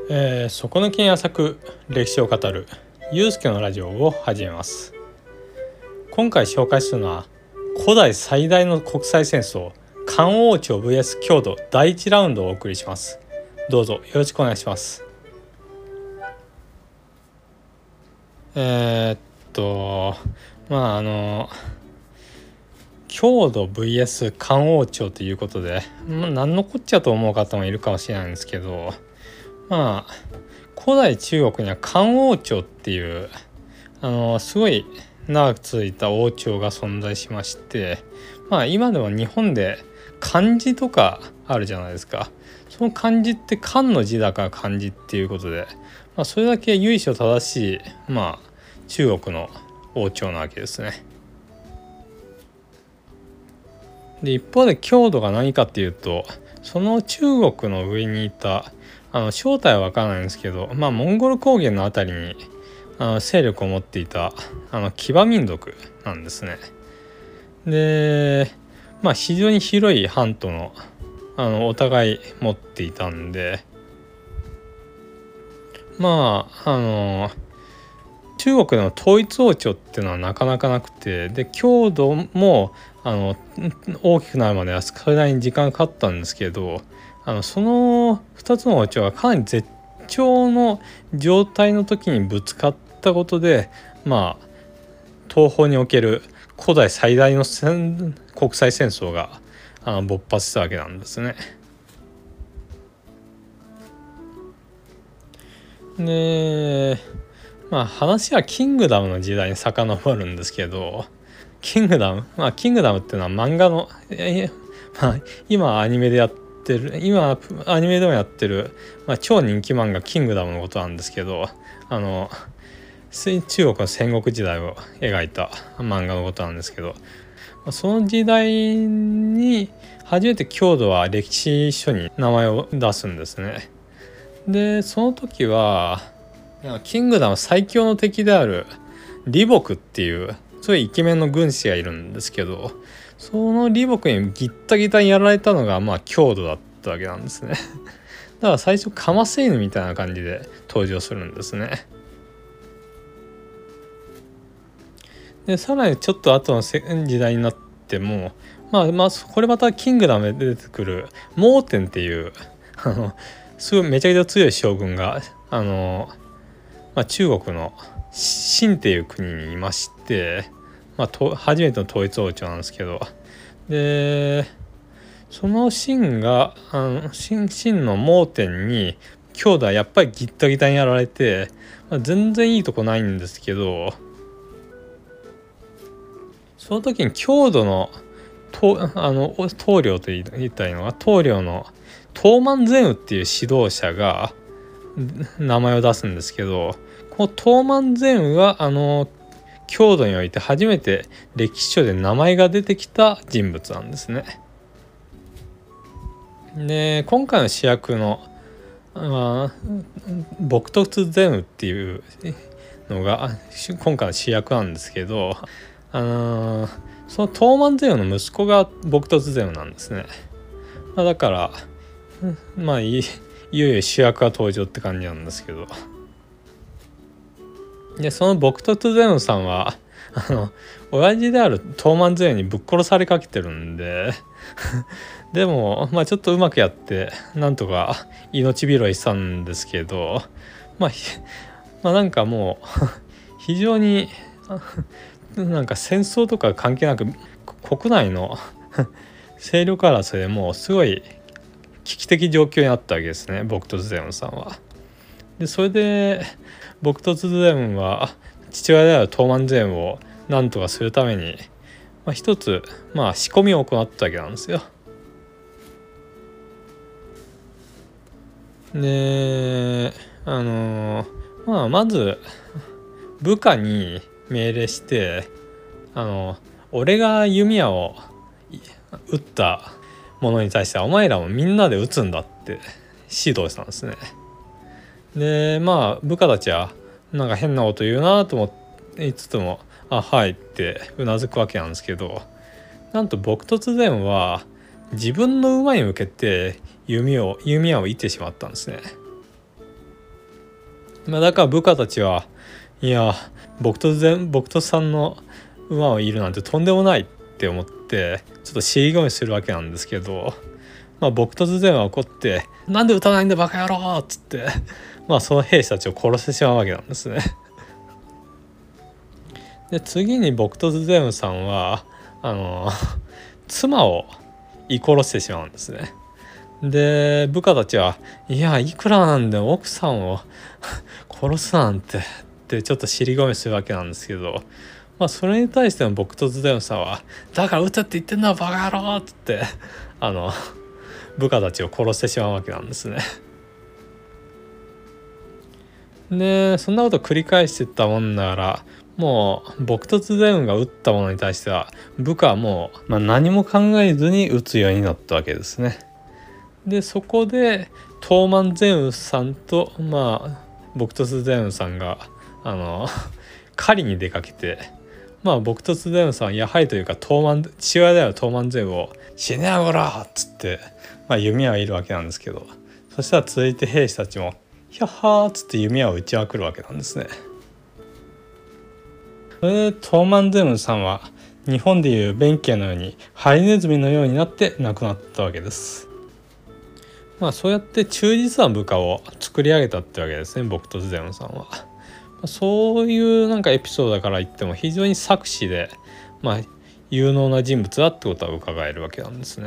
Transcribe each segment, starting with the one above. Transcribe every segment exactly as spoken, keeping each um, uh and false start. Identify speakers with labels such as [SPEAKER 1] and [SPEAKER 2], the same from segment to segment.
[SPEAKER 1] えー、底抜けに浅く歴史を語るゆうすけのラジオを始めます。今回紹介するのは古代最大の国際戦争漢王朝 ブイエス 匈奴だいいちラウンドをお送りします。どうぞよろしくお願いします。えー、っとまああの匈奴 ブイエス 漢王朝ということで、まあ、何のこっちゃと思う方もいるかもしれないんですけど、まあ古代中国には漢王朝っていうあのすごい長く続いた王朝が存在しまして、まあ今でも日本で漢字とかあるじゃないですか。その漢字って漢の字だから漢字っていうことで、まあ、それだけ由緒正しいまあ中国の王朝なわけですね。で一方で匈奴が何かっていうと、その中国の上にいたあの正体は分からないんですけど、まあモンゴル高原のあたりにあの勢力を持っていたあの騎馬民族なんですね。でまあ非常に広い半島のあのお互い持っていたんで、まああの中国の統一王朝っていうのはなかなかなくて、で匈奴もあの大きくなるまではそれなりに時間かかったんですけど、あのそのふたつの王朝がかなり絶頂の状態の時にぶつかったことで、まあ東方における古代最大の国際戦争があの勃発したわけなんですね。でまあ話はキングダムの時代に遡るんですけど、キングダムまあキングダムっていうのは漫画の、えまあ、今アニメでやってる今アニメでもやってる、まあ、超人気漫画キングダムのことなんですけど、あの中国の戦国時代を描いた漫画のことなんですけど、その時代に初めて匈奴は歴史書に名前を出すんですね。でその時はキングダム最強の敵である李牧っていうすごいイケメンの軍師がいるんですけど、その李牧にギッタギタにやられたのがまあ匈奴だったわけなんですね。だから最初カマセイヌみたいな感じで登場するんですね。でさらにちょっと後の時代になっても、まあまあこれまたキングダムで出てくる蒙天っていうあのすごいめちゃくちゃ強い将軍があの、まあ、中国の秦っていう国にいまして、まあ、と初めての統一王朝なんですけど、でその秦があの秦秦の蒙天に匈奴はやっぱりギッタギタにやられて、まあ、全然いいとこないんですけど、その時に匈奴のとあの棟梁と言ったらいいのは棟梁のトーマンゼンウっていう指導者が名前を出すんですけど、このトーマンゼンウはあの匈奴において初めて歴史書で名前が出てきた人物なんですね。で今回の主役の、まあ、ボクトツゼンウっていうのが今回の主役なんですけど、あのー、そのトーマンゼウの息子がボクトツゼウなんですね。まあ、だからまあい, いよいよ主役が登場って感じなんですけど、でそのボクトツゼウさんはあの親父であるトーマンゼウにぶっ殺されかけてるんででもまあちょっとうまくやってなんとか命拾いしたんですけど、まあ、まあなんかもう非常になんか戦争とか関係なく国内の勢力争いでもうすごい危機的状況にあったわけですね、ボクトツゼウンさんは。でそれでボクトツゼウンは父親であるトーマンゼウンを何とかするために、まあ、一つまあ仕込みを行ったわけなんですよ。であのまあまず部下に命令して、あの俺が弓矢を撃ったものに対してはお前らもみんなで撃つんだって指導したんですね。でまあ部下たちはなんか変なこと言うなと思って言いつつもあはいってうなずくわけなんですけど、なんと僕突然は自分の馬に向けて弓を弓矢を射ってしまったんですね。 まあ、だから部下たちはいや僕と全僕とさんの馬をいるなんてとんでもないって思ってちょっと尻込みするわけなんですけど、まあ、僕とゼンは怒って「なんで撃たないんだバカ野郎!」っつってまあその兵士たちを殺してしまうわけなんですね。で次に僕とゼンさんはあの妻を射殺してしまうんですね。で部下たちはいやいくらなんで奥さんを殺すなんてってちょっと尻込みするわけなんですけど、まあそれに対しての僕とゼンさんはだから撃てって言ってんだバカ野郎っつってあの部下たちを殺してしまうわけなんですね。でそんなこと繰り返していったもんだからもう僕とゼンが撃ったものに対しては部下はもう、まあ、何も考えずに撃つようになったわけですね。でそこでトーマンゼウスさんとまあ僕とゼウスさんがあの狩りに出かけて、まあ僕とゼウスさんはやはりというかトーマン父親であるトーマンゼウを死ねやがらっつって、まあ、弓はいるわけなんですけど、そしたら続いて兵士たちもヒャッハーっつって弓を撃ちまくるわけなんですね。それでトーマンゼウスさんは日本でいう弁慶のようにハリネズミのようになって亡くなったわけです。まあそうやって忠実な部下を作り上げたってわけですね、僕とゼウンさんは。そういうなんかエピソードだから言っても非常に策士で、まあ、有能な人物だってことは伺えるわけなんですね。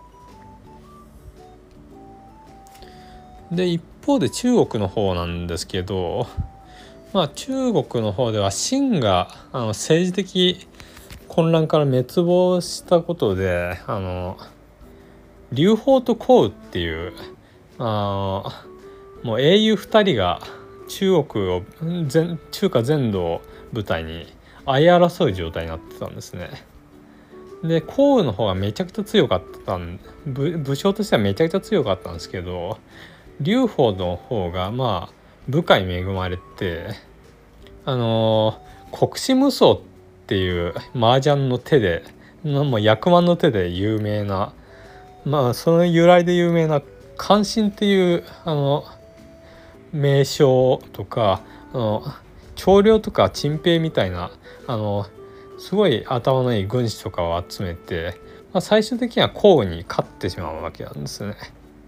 [SPEAKER 1] で一方で中国の方なんですけど、まあ中国の方では秦があの政治的混乱から滅亡したことであの劉邦と項羽っていうあもう英雄ふたりが中国を全中華全土を舞台に相争う状態になってたんですね。で項羽の方がめちゃくちゃ強かったん 武, 武将としてはめちゃくちゃ強かったんですけど、劉邦の方がまあ部下に恵まれてあの国士無双っていう麻雀の手でもう役満の手で有名な、まあその由来で有名な関心っていうあの名称とかあの長領とか陳平みたいなあのすごい頭のいい軍師とかを集めて、まあ、最終的には項羽に勝ってしまうわけなんですね。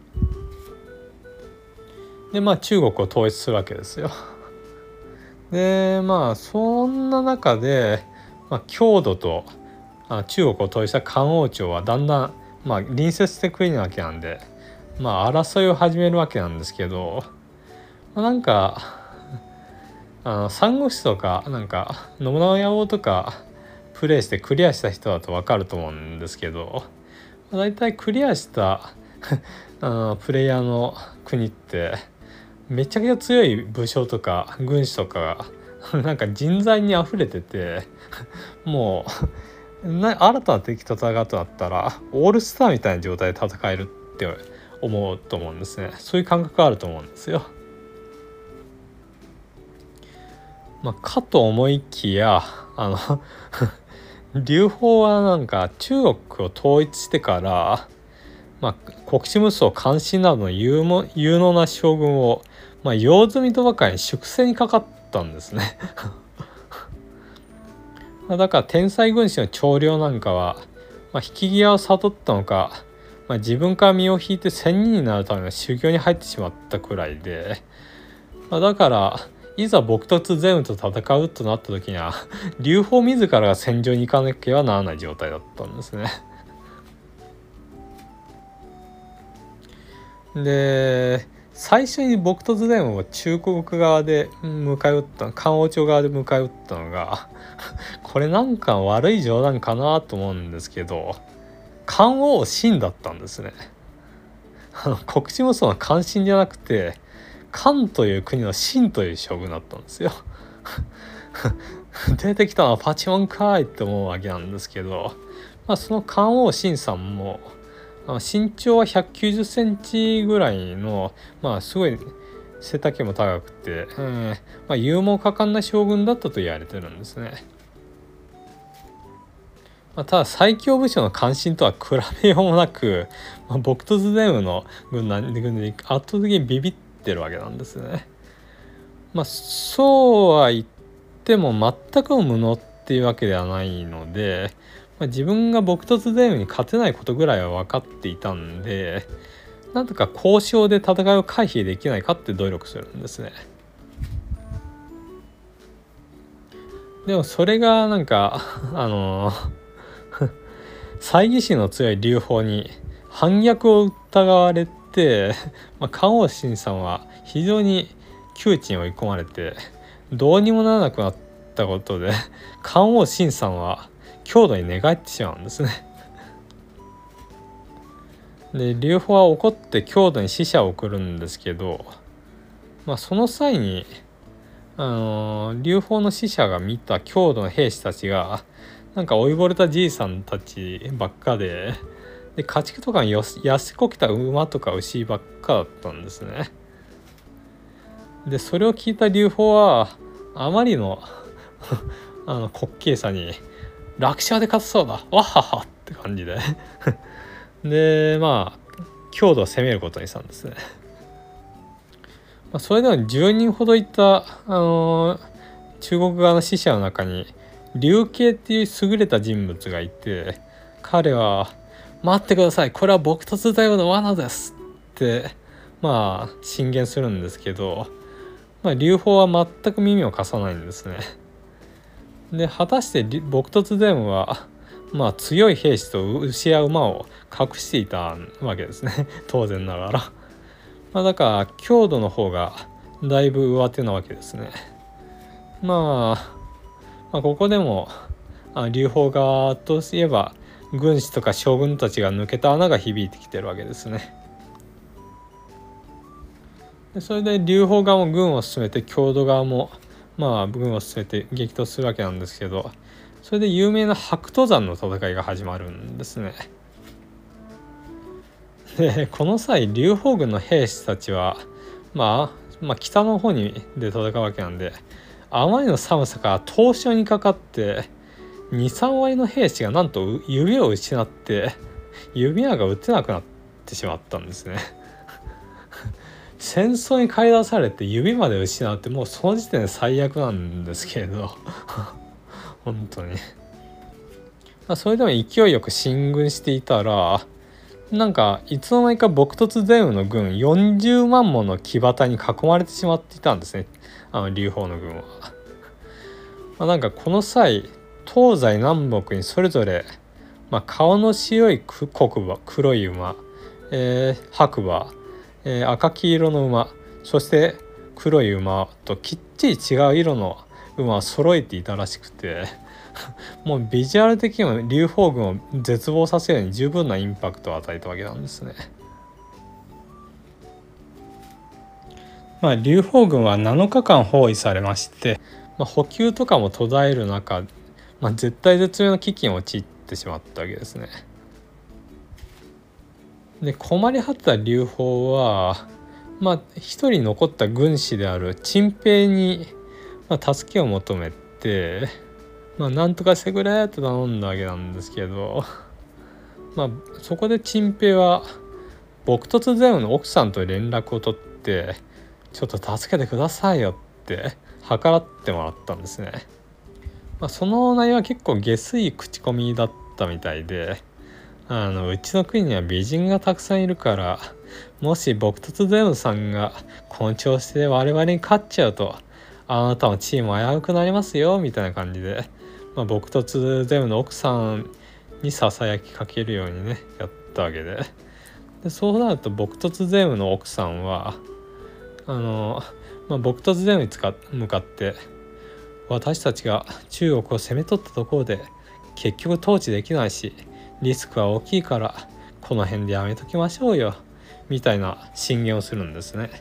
[SPEAKER 1] でまあ中国を統一するわけですよ。でまあそんな中で、まあ、匈奴とあ中国を統一した漢王朝はだんだん、まあ、隣接してくるわけなんで、まあ、争いを始めるわけなんですけど、まあ、なんかあの三国志とかなんか信長野望とかプレイしてクリアした人だと分かると思うんですけど、まあ、だいたいクリアしたあのプレイヤーの国ってめちゃくちゃ強い武将とか軍師とかがなんか人材にあふれててもうな新たな敵と戦うとなったらオールスターみたいな状態で戦えるって思うと思うんですね。そういう感覚があると思うんですよ。まあ、かと思いきやあの劉邦はなんか中国を統一してから、まあ、国士無双関心などの有も有能な将軍を、まあ、用済みとばかりに粛清にかかったんですねだから天才軍師の長領なんかは、まあ、引き際を悟ったのか、まあ、自分から身を引いて仙人になるための修行に入ってしまったくらいで、まあ、だからいざ僕とゼウンと戦うとなった時には劉邦自らが戦場に行かなければならない状態だったんですね。で最初に僕とゼウンを中国側で迎え撃った漢王朝側で迎え撃ったのがこれなんか悪い冗談かなと思うんですけど漢王秦だったんですね。あの国士無双の関心じゃなくて漢という国の秦という将軍だったんですよ出てきたのはパチモンかいって思うわけなんですけど、まあ、その漢王秦さんも身長はひゃくきゅうじゅっセンチぐらいの、まあ、すごい背丈も高くて、えーまあ、勇猛果敢な将軍だったと言われてるんですね。まあ、ただ最強武将の関心とは比べようもなく、まあ、僕とゼウンの軍団で圧倒的にビビってるわけなんですね。 まあそうは言っても全く無能っていうわけではないので、まあ、自分が朴突ゼウに勝てないことぐらいは分かっていたんで、なんとか交渉で戦いを回避できないかって努力するんですね。でもそれがなんかあの猜疑心の強い劉邦に反逆を疑われて、まあ、漢王信さんは非常に窮地に追い込まれてどうにもならなくなったことで、漢王信さんは郷土に寝返ってしまうんですね。で劉邦は怒って郷土に使者を送るんですけど、まあ、その際にあの劉邦の使者が見た郷土の兵士たちがなんか老いぼれたじいさんたちばっかで、で家畜とかに痩せこけた馬とか牛ばっかだったんですね。でそれを聞いた劉邦はあまりのあの滑稽さに楽勝で勝つそうだわっはっはって感じででまあ郷土を攻めることにしたんですね。まあ、それでもじゅうにんほどいた、あのー、中国側の使者の中に劉慶っていう優れた人物がいて、彼は「待ってください、これは朴突大王の罠です」ってまあ進言するんですけど、まあ、劉邦は全く耳を貸さないんですね。で果たして朴突大王はまあ強い兵士と牛や馬を隠していたわけですね当然ながら。まあ、だから郷土の方がだいぶ上手なわけですね。まあ、まあここでも劉邦側といえば軍師とか将軍たちが抜けた穴が響いてきてるわけですね。でそれで劉邦側も軍を進めて郷土側もまあ軍を進めて激突するわけなんですけど、それで有名な白兎山の戦いが始まるんですね。でこの際劉邦軍の兵士たちは、まあ、まあ北の方にで戦うわけなんで、あまりの寒さから凍傷にかかってにさんわりの兵士がなんと指を失って弓矢が撃てなくなってしまったんですね戦争に駆り出されて指まで失うってもうその時点で最悪なんですけれど本当に、まあ、それでも勢いよく進軍していたらなんかいつの間にか朴突ゼウの軍よんじゅうまんもの騎馬隊に囲まれてしまっていたんですね、あの劉邦の軍は。まあ、なんかこの際東西南北にそれぞれ、まあ、顔の白い黒馬黒い馬、えー、白馬、えー、赤黄色の馬、そして黒い馬ときっちり違う色の馬を揃えていたらしくてもうビジュアル的にも劉邦軍を絶望させるように十分なインパクトを与えたわけなんですね。まあ劉邦軍はなのかかん包囲されまして、まあ、補給とかも途絶える中、まあ、絶対絶命の危機に陥ってしまったわけですね。で困り果てた劉邦はまあ一人残った軍師である陳平に、まあ、助けを求めて、まあなんとかしてくれって頼んだわけなんですけど、まあそこで陳平は朴突ゼウの奥さんと連絡を取ってちょっと助けてくださいよって計らってもらったんですね。まあ、その内容は結構下水口コミだったみたいで、あのうちの国には美人がたくさんいるからもし朴突ゼウさんがこの調子で我々に勝っちゃうとあなたのチーム危うくなりますよみたいな感じで、まあ、朴突ゼウの奥さんにささやきかけるようにねやったわけで、でそうなると朴突ゼウの奥さんはあの、まあ、朴突ゼウに向かって私たちが中国を攻め取ったところで結局統治できないしリスクは大きいからこの辺でやめときましょうよみたいな進言をするんですね。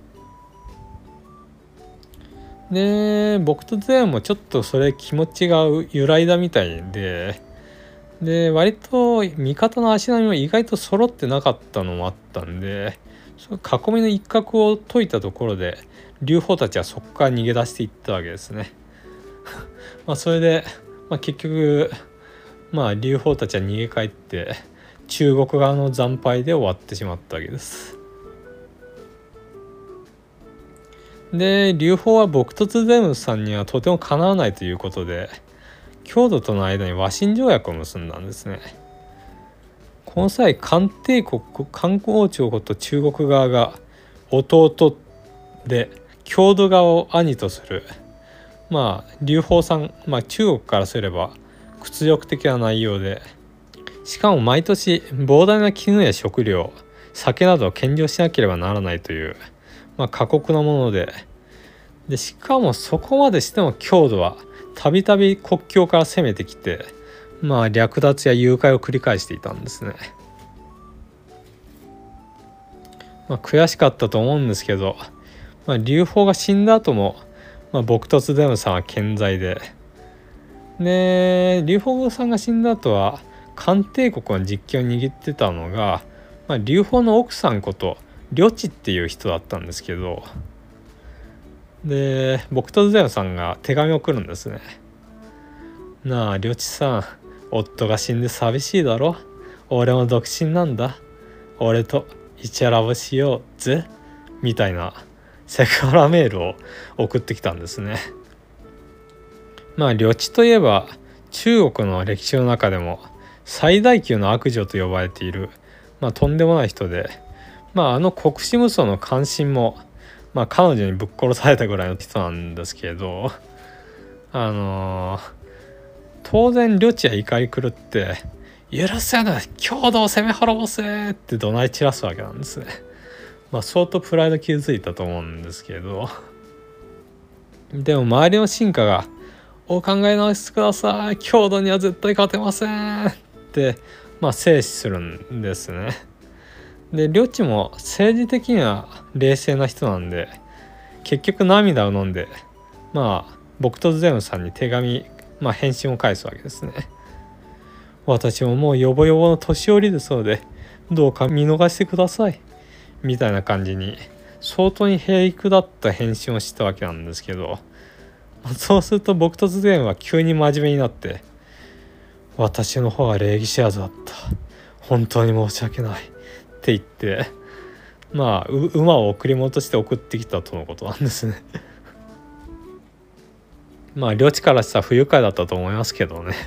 [SPEAKER 1] で僕とゼウもちょっとそれ気持ちが揺らいだみたいで、で割と味方の足並みも意外と揃ってなかったのもあったんで、その囲みの一角を解いたところで劉邦たちはそこから逃げ出していったわけですねまあそれで、まあ、結局まあ劉邦たちは逃げ帰って中国側の惨敗で終わってしまったわけです。 で劉邦は朴突ゼムスさんにはとてもかなわないということで匈奴との間に和親条約を結んだんですね。この際漢帝国漢王朝と中国側が弟で匈奴側を兄とするまあ劉邦さん、まあ、中国からすれば屈辱的な内容で、しかも毎年膨大な絹や食料酒などを献上しなければならないという、まあ、過酷なもので、でしかもそこまでしても匈奴はたびたび国境から攻めてきて、まあ略奪や誘拐を繰り返していたんですね。まあ、悔しかったと思うんですけど、まあ、劉邦が死んだ後も、まあ、朴突ゼムさんは健在で、で劉邦さんが死んだ後は漢帝国の実権を握ってたのが、まあ、劉邦の奥さんこと呂地っていう人だったんですけど、で朴突ゼムさんが手紙を送るんですね。なあ呂地さん、夫が死んで寂しいだろ。俺も独身なんだ。俺とイチャラブしようぜみたいなセクハラメールを送ってきたんですね。まあ呂地といえば中国の歴史の中でも最大級の悪女と呼ばれている、まあ、とんでもない人で、まあ、あの国士無双の関心も、まあ、彼女にぶっ殺されたぐらいの人なんですけど、あのー、当然呂地は怒り狂って許せぬ匈奴を攻め滅ぼせって怒鳴り散らすわけなんですね。まあ相当プライド傷ついたと思うんですけど、でも周りの臣下がお考え直してください、匈奴には絶対勝てませんって、まあ、制止するんですね。で呂地も政治的には冷静な人なんで結局涙を飲んで、まあ朴突ゼムさんに手紙、まあ、返信を返すわけですね。私ももうヨボヨボの年寄りですのでどうか見逃してくださいみたいな感じに相当に平育だった返信をしたわけなんですけど、そうすると朴突ゼムは急に真面目になって、私の方が礼儀知らずだった、本当に申し訳ないって言って、まあ馬を送り戻して送ってきたとのことなんですね。まあ領地からしたら不愉快だったと思いますけどね。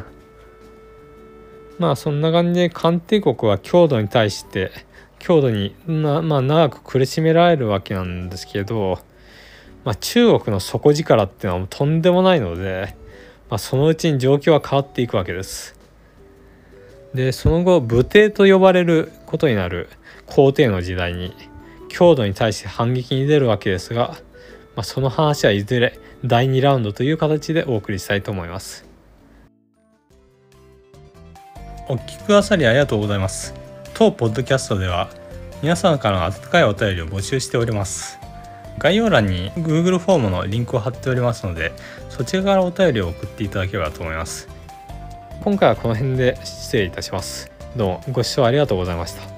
[SPEAKER 1] まあそんな感じで漢帝国は匈奴に対して匈奴にな、まあ、長く苦しめられるわけなんですけど、まあ、中国の底力っていうのはとんでもないので、まあ、そのうちに状況は変わっていくわけです。でその後武帝と呼ばれることになる皇帝の時代に匈奴に対して反撃に出るわけですが、まあ、その話はいずれだいにラウンドという形でお送りしたいと思います。お聞きくださりありがとうございます。当ポッドキャストでは皆さんからの温かいお便りを募集しております。概要欄に Google フォームのリンクを貼っておりますので、そちらからお便りを送っていただければと思います。今回はこの辺で失礼いたします。どうもご視聴ありがとうございました。